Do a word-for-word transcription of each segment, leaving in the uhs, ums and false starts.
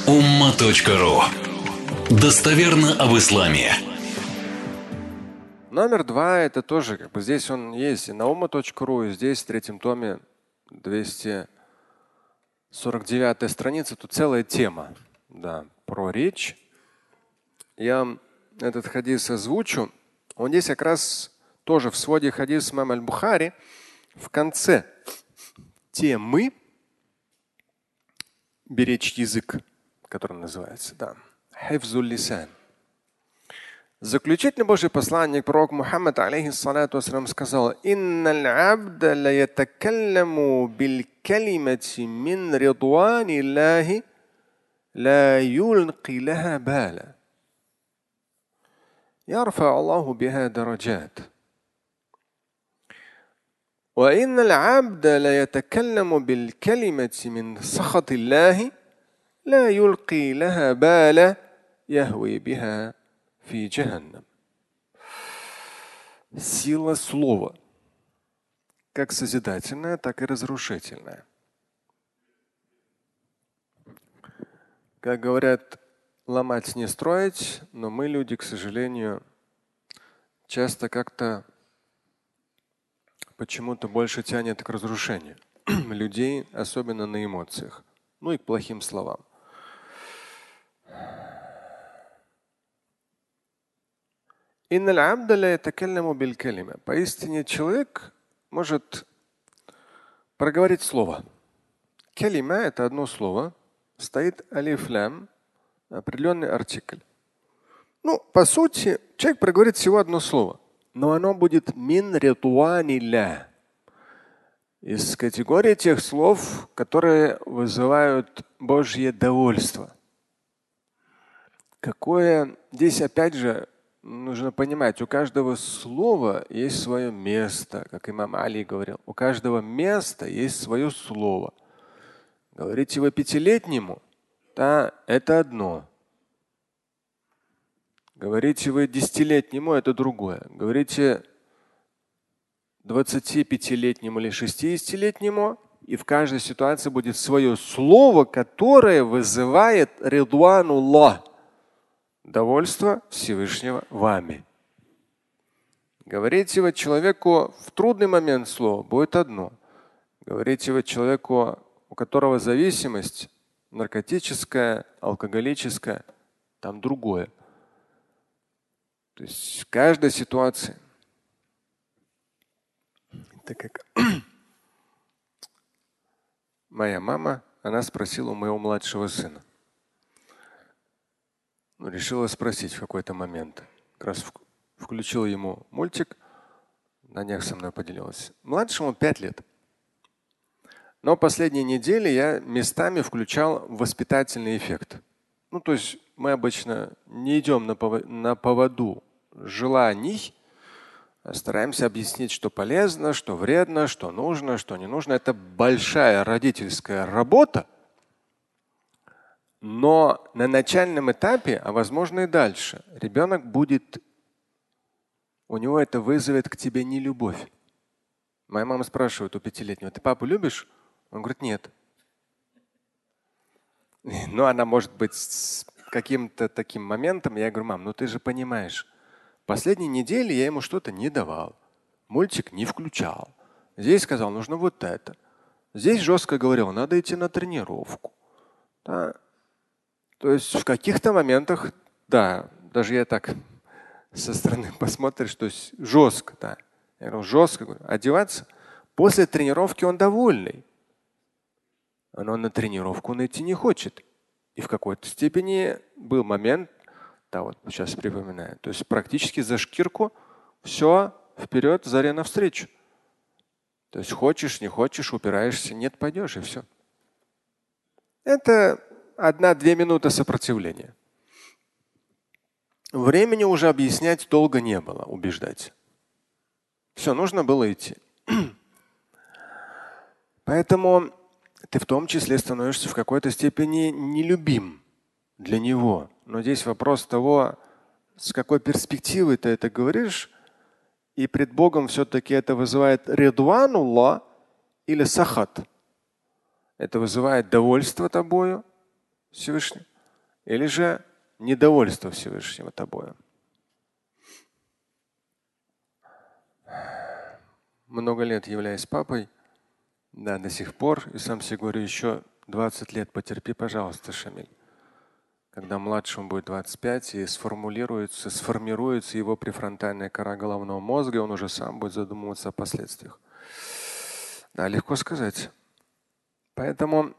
Умма.ру. Достоверно об исламе. Номер два, это тоже, как бы здесь он есть и на умма.ру, и здесь в третьем томе двести сорок девятая страница, тут целая тема, да, про речь. Я этот хадис озвучу. Он здесь как раз тоже в своде хадис имама аль-Бухари в конце темы беречь язык, который называется, да, хифзуль лисан. Заключительный Божий посланник, пророк Мухаммад, алейхиссалату вассалам, сказал: «Инналь абда ла ятакалламу биль калимати мин ридвани Аллахи ла юлqi лаха бала. Ярфа Аллаху биха дараджат. وإن العبد لا يتكلم بالكلمة من سخط الله لا يلقي لها بالا يهوي بها في جهنم». Сила слова, как созидательная, так и разрушительная. Как говорят, ломать не строить, но мы, люди, к сожалению, часто как-то почему-то больше тянет к разрушению людей, особенно на эмоциях, ну и к плохим словам. Поистине человек может проговорить слово. Калима – это одно слово, стоит алиф лям, определенный артикль. Ну, по сути, человек проговорит всего одно слово, но оно будет мин ритуани ля, из категории тех слов, которые вызывают Божье довольство. Какое здесь опять же нужно понимать, у каждого слова есть свое место, как имам Али говорил, у каждого места есть свое слово. Говорите вы пятилетнему, да, это одно. Говорите вы десятилетнему, это другое. Говорите двадцатипятилетнему или шестидесятилетнему, и в каждой ситуации будет свое слово, которое вызывает ридвануллах, довольство Всевышнего вами. Говорите вы человеку в трудный момент слово, будет одно. Говорите вы человеку, у которого зависимость наркотическая, алкоголическая, там другое. То есть в каждой ситуации. Так как моя мама, она спросила у моего младшего сына. Ну, решила спросить в какой-то момент. Как раз включила ему мультик, на днях со мной поделилась. Младшему пять лет. Но последние недели я местами включал воспитательный эффект. Ну, то есть мы обычно не идем на, пов... на поводу желаний, а стараемся объяснить, что полезно, что вредно, что нужно, что не нужно. Это большая родительская работа. Но на начальном этапе, а возможно и дальше, ребенок будет, у него это вызовет к тебе нелюбовь. Моя мама спрашивает у пятилетнего: ты папу любишь? Он говорит: нет. Ну, она может быть с каким-то таким моментом. Я говорю: мам, ну ты же понимаешь, последние недели я ему что-то не давал, мультик не включал. Здесь сказал, нужно вот это. Здесь жестко говорил, надо идти на тренировку. Да. То есть в каких-то моментах, да, даже я так со стороны посмотришь, то есть жестко, да. Я говорю, жестко говорю, одеваться. После тренировки он довольный. Но он на тренировку он идти не хочет. И в какой-то степени был момент, да, вот сейчас припоминаю, то есть практически за шкирку все вперед, заре навстречу. То есть хочешь, не хочешь, упираешься, нет, пойдешь и все. Это одна-две минуты сопротивления. Времени уже объяснять долго не было, убеждать. Все, нужно было идти. Поэтому ты в том числе становишься в какой-то степени нелюбим для него. Но здесь вопрос того, с какой перспективы ты это говоришь, и пред Богом все-таки это вызывает ридвануллах или сахат. Это вызывает довольство тобою, Всевышний, или же недовольство Всевышнего тобою. Много лет являясь папой, да, до сих пор, и сам себе говорю, еще двадцать лет потерпи, пожалуйста, Шамиль. Когда младшему будет двадцать пять и сформулируется, сформируется его префронтальная кора головного мозга, и он уже сам будет задумываться о последствиях. Да, легко сказать. Поэтому,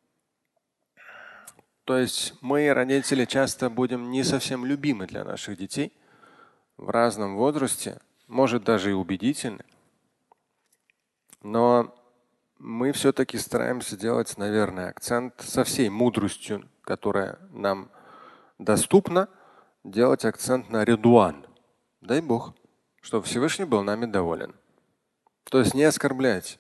то есть мы, родители, часто будем не совсем любимы для наших детей в разном возрасте, может даже и убедительны. Но мы все-таки стараемся делать, наверное, акцент со всей мудростью, которая нам доступна, делать акцент на ридуан. Дай Бог, чтобы Всевышний был нами доволен. То есть не оскорблять.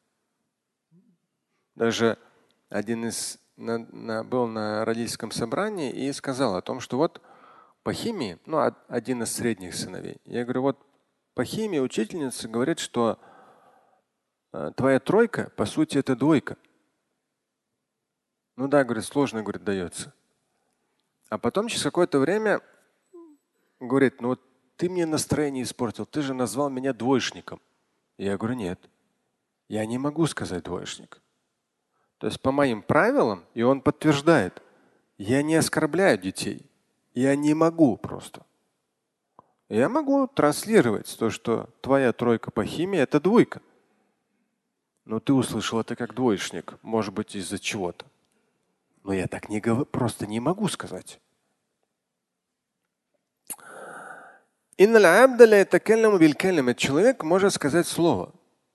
Даже один из на, на, был на родительском собрании и сказал о том, что вот по химии, ну, один из средних сыновей, я говорю, вот по химии учительница говорит, что твоя тройка, по сути, это двойка. Ну да, говорит, сложно, говорит, дается. А потом через какое-то время говорит, ну вот ты мне настроение испортил, ты же назвал меня двоечником. Я говорю, нет, я не могу сказать двоечник. То есть по моим правилам, и он подтверждает, я не оскорбляю детей. Я не могу просто. Я могу транслировать то, что твоя тройка по химии – это двойка. Но ты услышал это как двоечник, может быть, из-за чего-то. Но я так не говорю, просто не могу сказать. Человек может сказать слово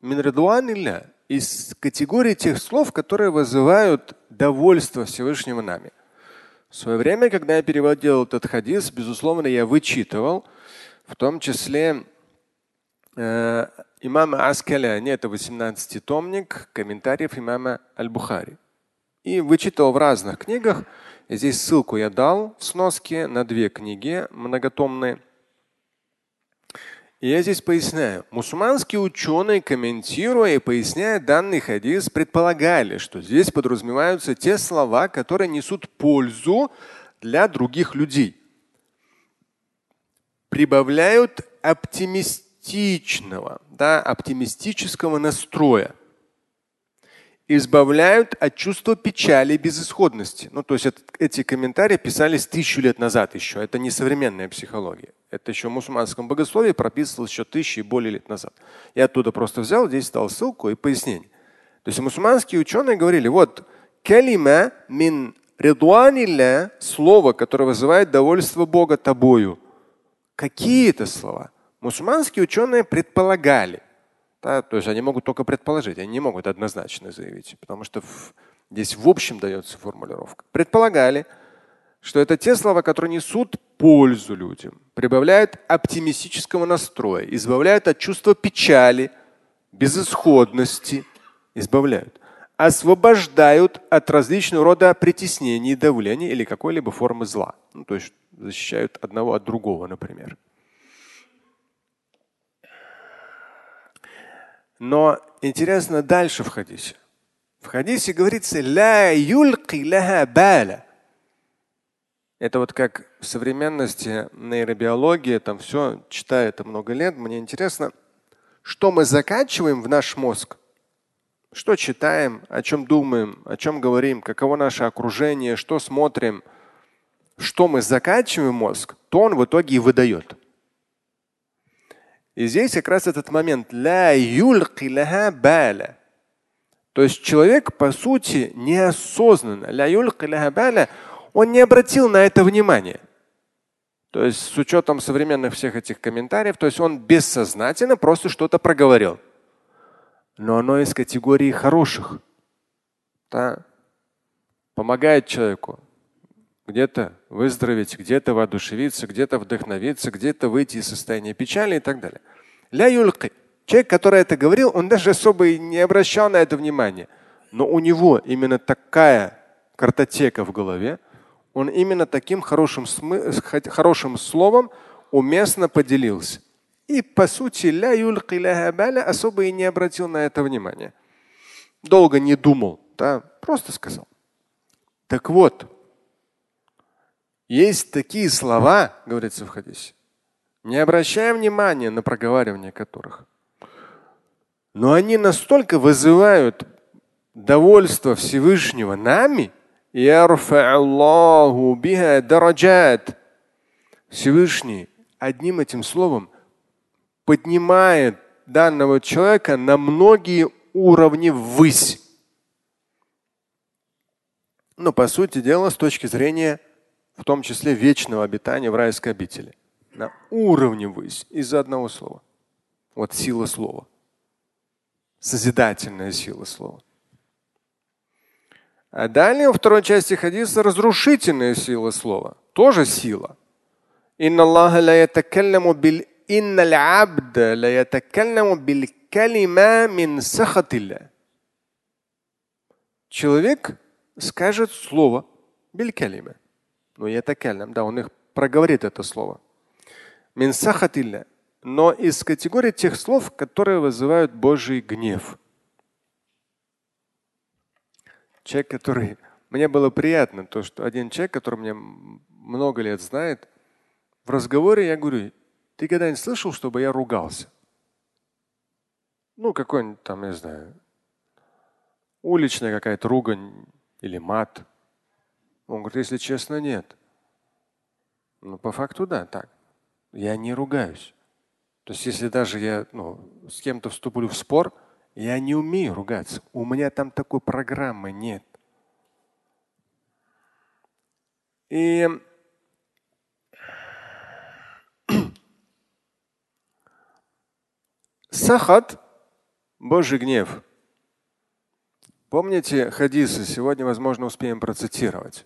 из категории тех слов, которые вызывают довольство Всевышнего нами. В свое время, когда я переводил этот хадис, безусловно, я вычитывал, в том числе э, имама Аскаляни, это восемнадцатитомник комментариев имама Аль-Бухари. И вычитывал в разных книгах. И здесь ссылку я дал в сноске на две книги многотомные. И я здесь поясняю. Мусульманские ученые, комментируя и поясняя данный хадис, предполагали, что здесь подразумеваются те слова, которые несут пользу для других людей. Прибавляют оптимистичного, да, оптимистического настроя. Избавляют от чувства печали и безысходности. Ну, то есть это, эти комментарии писались тысячу лет назад еще. Это не современная психология. Это еще в мусульманском богословии прописывалось еще тысячи и более лет назад. Я оттуда просто взял, здесь дал ссылку и пояснение. То есть мусульманские ученые говорили, вот калима мин ридуанилля, слово, которое вызывает довольство Бога тобою. Какие это слова? Мусульманские ученые предполагали. Да, то есть они могут только предположить, они не могут однозначно заявить, потому что в, здесь в общем дается формулировка. Предполагали, что это те слова, которые несут пользу людям, прибавляют оптимистического настроя, избавляют от чувства печали, безысходности, избавляют, освобождают от различного рода притеснений, давления или какой-либо формы зла. Ну, то есть защищают одного от другого, например. Но интересно дальше в хадисе. В хадисе говорится «ля юльки ляха баля». Это вот как в современности нейробиология, там все, читаю это много лет. Мне интересно, что мы закачиваем в наш мозг, что читаем, о чем думаем, о чем говорим, каково наше окружение, что смотрим, что мы закачиваем в мозг, то он в итоге и выдает. И здесь как раз этот момент ля юльки ляха баля. То есть человек, по сути, неосознанно, ля юльки ляха баля, он не обратил на это внимания. То есть с учетом современных всех этих комментариев, то есть он бессознательно просто что-то проговорил. Но оно из категории хороших. Да? Помогает человеку где-то выздороветь, где-то воодушевиться, где-то вдохновиться, где-то выйти из состояния печали и так далее. Ля юльки. Человек, который это говорил, он даже особо и не обращал на это внимания. Но у него именно такая картотека в голове, он именно таким хорошим, смы... хорошим словом уместно поделился. И по сути, ля юльки ляха баля особо и не обратил на это внимания. Долго не думал, да, просто сказал. Так вот, Есть такие слова, говорится в хадисе, не обращая внимания на проговаривание которых, но они настолько вызывают довольство Всевышнего нами, Всевышний одним этим словом поднимает данного человека на многие уровни ввысь. Но по сути дела, с точки зрения, в том числе вечного обитания в райской обители, на уровне ввысь из-за одного слова. Вот сила слова. Созидательная сила слова. А далее во второй части хадиса разрушительная сила слова. Тоже сила. Инна Аллаха ла ятакалламу бил инна аль-абда ла ятакалламу бил калима мин сахатилля. Человек скажет слово биль калима. Ну, ятакаллам, да, он их проговорит, это слово. Мин сахатилля. Но из категории тех слов, которые вызывают Божий гнев. Человек, который… Мне было приятно, то, что один человек, который меня много лет знает, в разговоре я говорю: ты когда-нибудь слышал, чтобы я ругался? Ну, какой-нибудь там, я знаю, уличная какая-то ругань или мат. Он говорит: если честно, нет. Ну, по факту, да, так. Я не ругаюсь. То есть, если даже я ну, с кем-то вступлю в спор, я не умею ругаться. У меня там такой программы нет. И сахат, Божий гнев. Помните хадисы? Сегодня, возможно, успеем процитировать.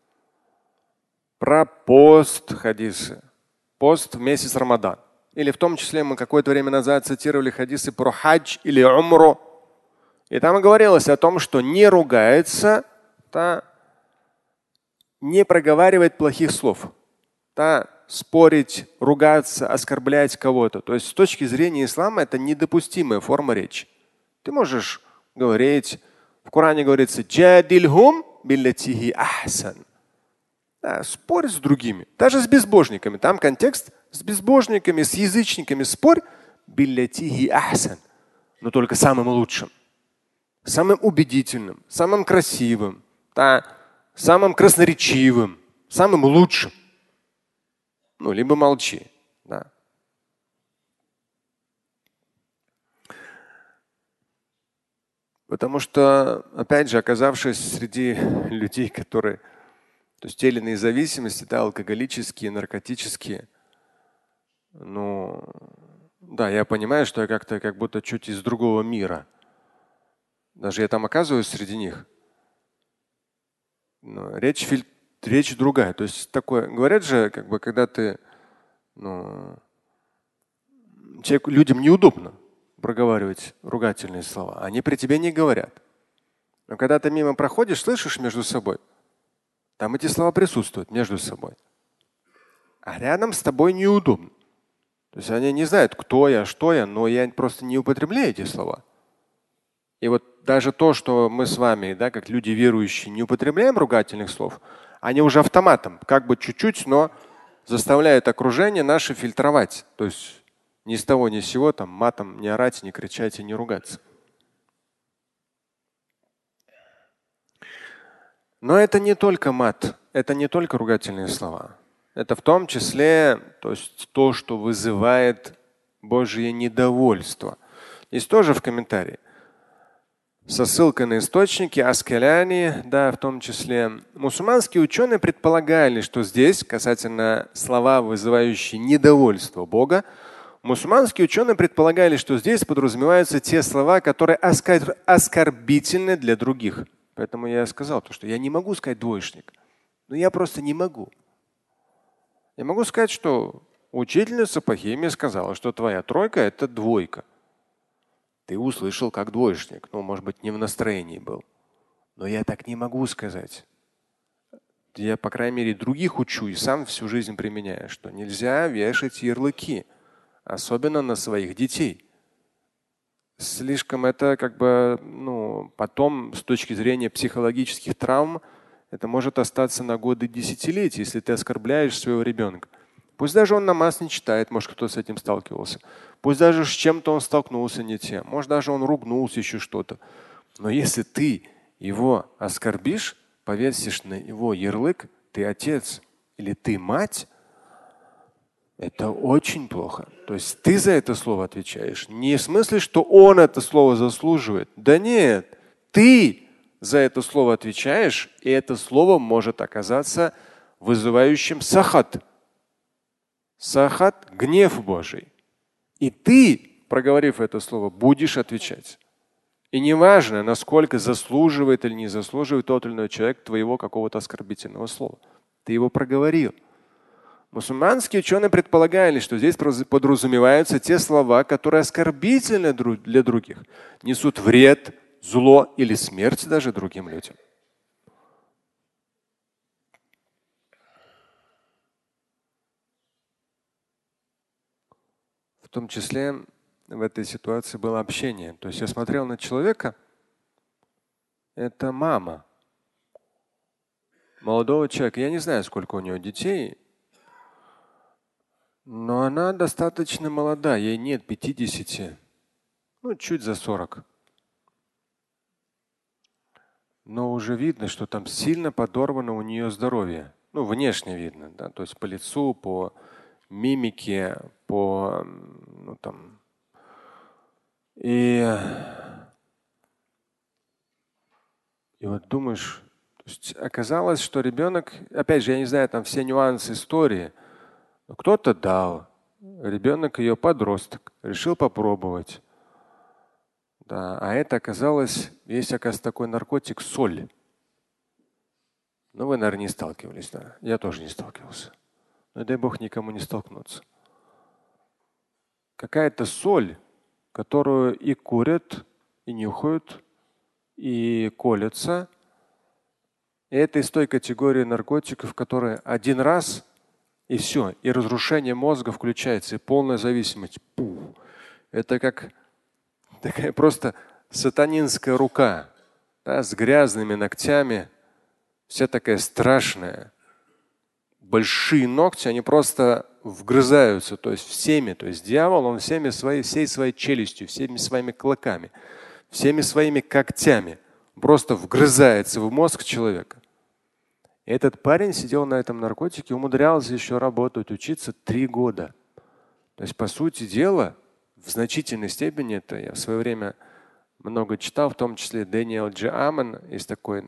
Про пост хадисы. Пост в месяц Рамадан. Или в том числе мы какое-то время назад цитировали хадисы про хадж или умру. И там говорилось о том, что не ругается, та не проговаривает плохих слов. Та спорить, ругаться, оскорблять кого-то. То есть с точки зрения ислама это недопустимая форма речи. Ты можешь говорить, в Коране говорится, джадильхум биллатихи ахсан. Да, спорь с другими, даже с безбожниками. Там контекст с безбожниками, с язычниками спорь биллатихи ахсан, но только самым лучшим, самым убедительным, самым красивым, да, самым красноречивым, самым лучшим. Ну, либо молчи. Да. Потому что, опять же, оказавшись среди людей, которые, то есть те или иные зависимости, да, алкоголические, наркотические, ну, да, я понимаю, что я как-то как будто чуть из другого мира. Даже я там оказываюсь среди них. Но речь, речь другая. То есть такое, говорят же, как бы, когда ты, ну, человеку, людям неудобно проговаривать ругательные слова. Они при тебе не говорят. Но когда ты мимо проходишь, слышишь между собой, там эти слова присутствуют между собой. А рядом с тобой неудобно. То есть они не знают, кто я, что я, но я просто не употребляю эти слова. И вот даже то, что мы с вами, да, как люди верующие, не употребляем ругательных слов, они уже автоматом, как бы чуть-чуть, но заставляют окружение наше фильтровать. То есть ни с того ни с сего там матом не орать, не кричать и не ругаться. Но это не только мат, это не только ругательные слова. Это в том числе то, есть то, что вызывает Божье недовольство. Есть тоже в комментарии со ссылкой на источники Аскаляни, да, в том числе. Мусульманские ученые предполагали, что здесь, касательно слова, вызывающие недовольство Бога, мусульманские ученые предполагали, что здесь подразумеваются те слова, которые оскор... оскорбительны для других. Поэтому я сказал, то, что я не могу сказать двоечник. Но я просто не могу. Я могу сказать, что учительница по химии сказала, что твоя тройка – это двойка. Ты услышал как двоечник. Ну, может быть, не в настроении был. Но я так не могу сказать. Я, по крайней мере, других учу и сам всю жизнь применяю, что нельзя вешать ярлыки, особенно на своих детей. Слишком это как бы, ну, потом с точки зрения психологических травм, Это может остаться на годы, десятилетия, если ты оскорбляешь своего ребенка. Пусть даже он намаз не читает, может, кто с этим сталкивался. Пусть даже с чем-то он столкнулся не тем. Может, даже он ругнулся, еще что-то. Но если ты его оскорбишь, повесишь на его ярлык, ты отец или ты мать, это очень плохо. То есть ты за это слово отвечаешь. Не в смысле, что он это слово заслуживает. Да нет, ты за это слово отвечаешь, и это слово может оказаться вызывающим сахат. Сахат – гнев Божий. И ты, проговорив это слово, будешь отвечать. И неважно, насколько заслуживает или не заслуживает тот или иной человек твоего какого-то оскорбительного слова. Ты его проговорил. Мусульманские ученые предполагали, что здесь подразумеваются те слова, которые оскорбительны для других, несут вред, зло или смерть даже другим людям. В том числе в этой ситуации было общение. То есть я смотрел на человека, это мама молодого человека. Я не знаю, сколько у нее детей, но она достаточно молода, ей нет пятидесяти, ну чуть за сорок. Но уже видно, что там сильно подорвано у нее здоровье. Ну, внешне видно, да, то есть по лицу, по мимике, по ну, там. И, и вот думаешь, то есть оказалось, что ребенок, опять же, я не знаю там все нюансы истории, но кто-то дал, ребенок ее подросток, решил попробовать. Да, а это оказалось, есть, оказывается, такой наркотик соль. Ну, вы, наверное, не сталкивались, да? Я тоже не сталкивался. Но дай Бог никому не столкнуться. Какая-то соль, которую и курят, и нюхают, и колятся. И это из той категории наркотиков, которые один раз и все, и разрушение мозга включается, и полная зависимость. Пух. Это как такая просто сатанинская рука, да, с грязными ногтями, вся такая страшная. Большие ногти, они просто вгрызаются, то есть всеми, то есть дьявол, он всеми своей, всей своей челюстью, всеми своими клыками, всеми своими когтями просто вгрызается в мозг человека. И этот парень сидел на этом наркотике, умудрялся еще работать, учиться три года. То есть, по сути дела, в значительной степени, это я в свое время много читал, в том числе Дэниел Джи Аман, есть такой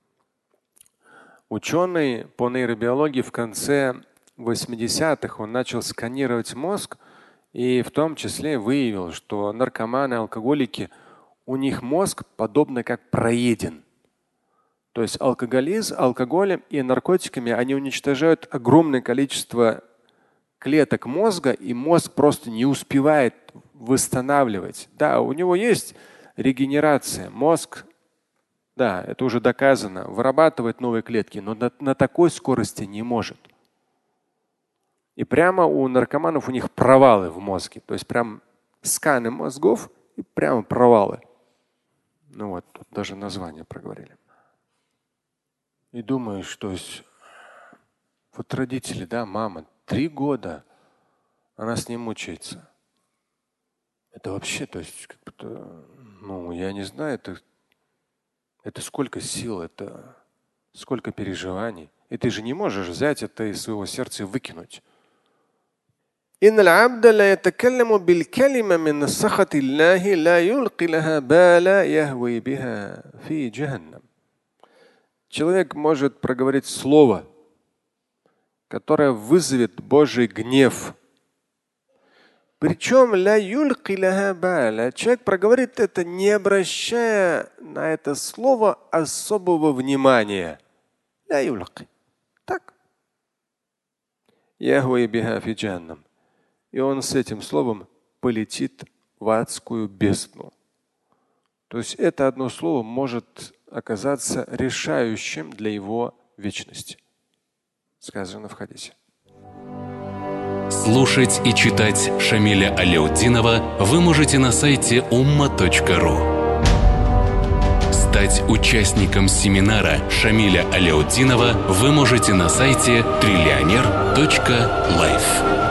ученый по нейробиологии. В конце восьмидесятых он начал сканировать мозг и в том числе выявил, что наркоманы, алкоголики, у них мозг подобно как проеден. То есть алкоголизм, алкоголем и наркотиками они уничтожают огромное количество клеток мозга, и мозг просто не успевает восстанавливать. Да, у него есть регенерация. Мозг, да, это уже доказано, вырабатывает новые клетки, но на, на такой скорости не может. И прямо у наркоманов у них провалы в мозге. То есть прям сканы мозгов и прямо провалы. Ну вот, тут даже название проговорили. И думаешь, что есть, вот родители, да, мама, три года она с ним мучается. Это вообще, то есть, как будто, ну, я не знаю, это, это сколько сил, это сколько переживаний. И ты же не можешь взять это из своего сердца и выкинуть. إن العبد لا يتكلم بالكلمة من سخط الله لا يلقي لها بالا يهوي بها في جهنم. Человек может проговорить слово, которое вызовет Божий гнев. Причем ля юльки лаха баля. Человек проговорит это, не обращая на это слово особого внимания. Ля юльки. Так. Яхуи биха фи джаханнам. И он с этим словом полетит в адскую бездну. То есть это одно слово может оказаться решающим для его вечности. Сказано в хадисе. Слушать и читать Шамиля Аляутдинова вы можете на сайте умма точка ру. Стать участником семинара Шамиля Аляутдинова вы можете на сайте триллионер точка лайф.